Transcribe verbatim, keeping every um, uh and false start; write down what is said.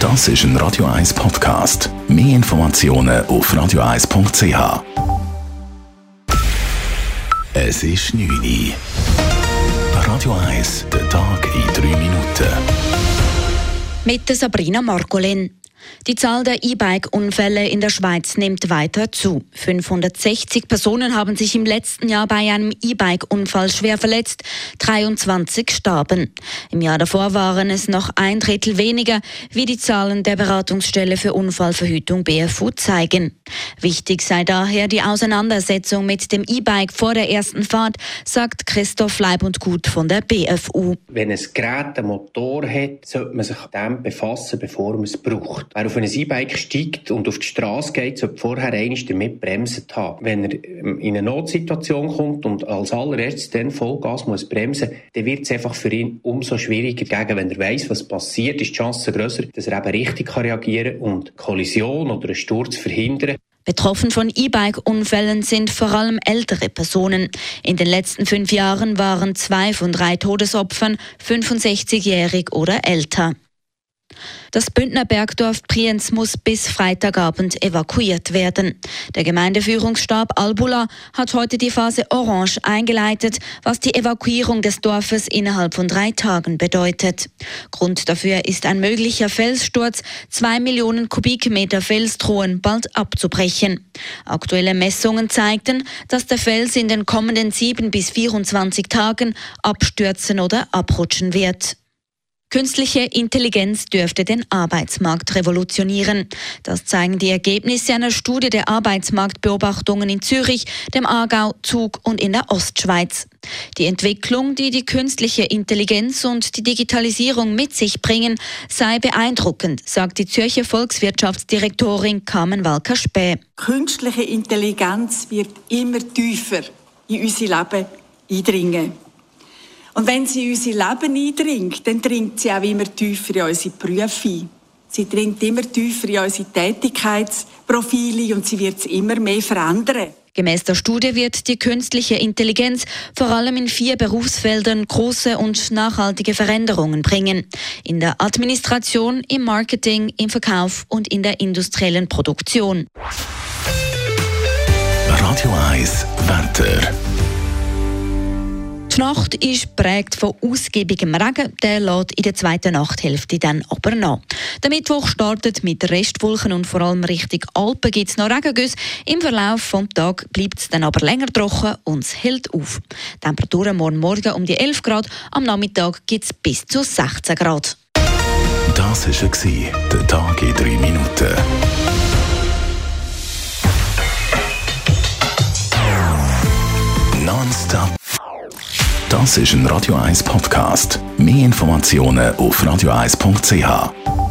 Das ist ein Radio eins Podcast. Mehr Informationen auf radio eins punkt c h. Es ist neun Uhr. Radio eins, der Tag in drei Minuten. Mit der Sabrina Marcolin. Die Zahl der E-Bike-Unfälle in der Schweiz nimmt weiter zu. fünfhundertsechzig Personen haben sich im letzten Jahr bei einem E-Bike-Unfall schwer verletzt, dreiundzwanzig starben. Im Jahr davor waren es noch ein Drittel weniger, wie die Zahlen der Beratungsstelle für Unfallverhütung B F U zeigen. Wichtig sei daher die Auseinandersetzung mit dem E-Bike vor der ersten Fahrt, sagt Christoph Leib und Gut von der B F U. Wenn ein Gerät einen Motor hat, sollte man sich damit befassen, bevor man es braucht. Wer auf ein E-Bike steigt und auf die Straße geht, sollte vorher einmal damit bremsen haben. Wenn er in eine Notsituation kommt und als allererstes dann Vollgas muss bremsen, dann wird es einfach für ihn umso schwieriger. Gegen, wenn er weiss, was passiert, ist die Chance grösser, dass er eben richtig reagieren kann und Kollision oder einen Sturz verhindern. Betroffen von E-Bike-Unfällen sind vor allem ältere Personen. In den letzten fünf Jahren waren zwei von drei Todesopfern fünfundsechzigjährig oder älter. Das Bündner Bergdorf Brienz muss bis Freitagabend evakuiert werden. Der Gemeindeführungsstab Albula hat heute die Phase Orange eingeleitet, was die Evakuierung des Dorfes innerhalb von drei Tagen bedeutet. Grund dafür ist ein möglicher Felssturz. Zwei Millionen Kubikmeter Fels drohen bald abzubrechen. Aktuelle Messungen zeigten, dass der Fels in den kommenden sieben bis vierundzwanzig Tagen abstürzen oder abrutschen wird. Künstliche Intelligenz dürfte den Arbeitsmarkt revolutionieren. Das zeigen die Ergebnisse einer Studie der Arbeitsmarktbeobachtungen in Zürich, dem Aargau, Zug und in der Ostschweiz. Die Entwicklung, die die künstliche Intelligenz und die Digitalisierung mit sich bringen, sei beeindruckend, sagt die Zürcher Volkswirtschaftsdirektorin Carmen Walker-Späh. Künstliche Intelligenz wird immer tiefer in unser Leben eindringen. Und wenn sie in unser Leben eindringt, dann dringt sie auch immer tiefer in unsere Berufe ein. Sie dringt immer tiefer in unsere Tätigkeitsprofile und sie wird es immer mehr verändern. Gemäss der Studie wird die künstliche Intelligenz vor allem in vier Berufsfeldern große und nachhaltige Veränderungen bringen. In der Administration, im Marketing, im Verkauf und in der industriellen Produktion. Radio eins Wetter. Die Nacht ist geprägt von ausgiebigem Regen, der lässt in der zweiten Nachthälfte dann aber nach. Der Mittwoch startet mit Restwolken und vor allem Richtung Alpen gibt es noch Regengüsse. Im Verlauf des Tages bleibt es dann aber länger trocken und es hält auf. Temperaturen morgen Morgen um die elf Grad, am Nachmittag gibt es bis zu sechzehn Grad. Das war der Tag in drei Minuten. Nonstop. Das ist ein Radio eins Podcast. Mehr Informationen auf radio eins punkt c h.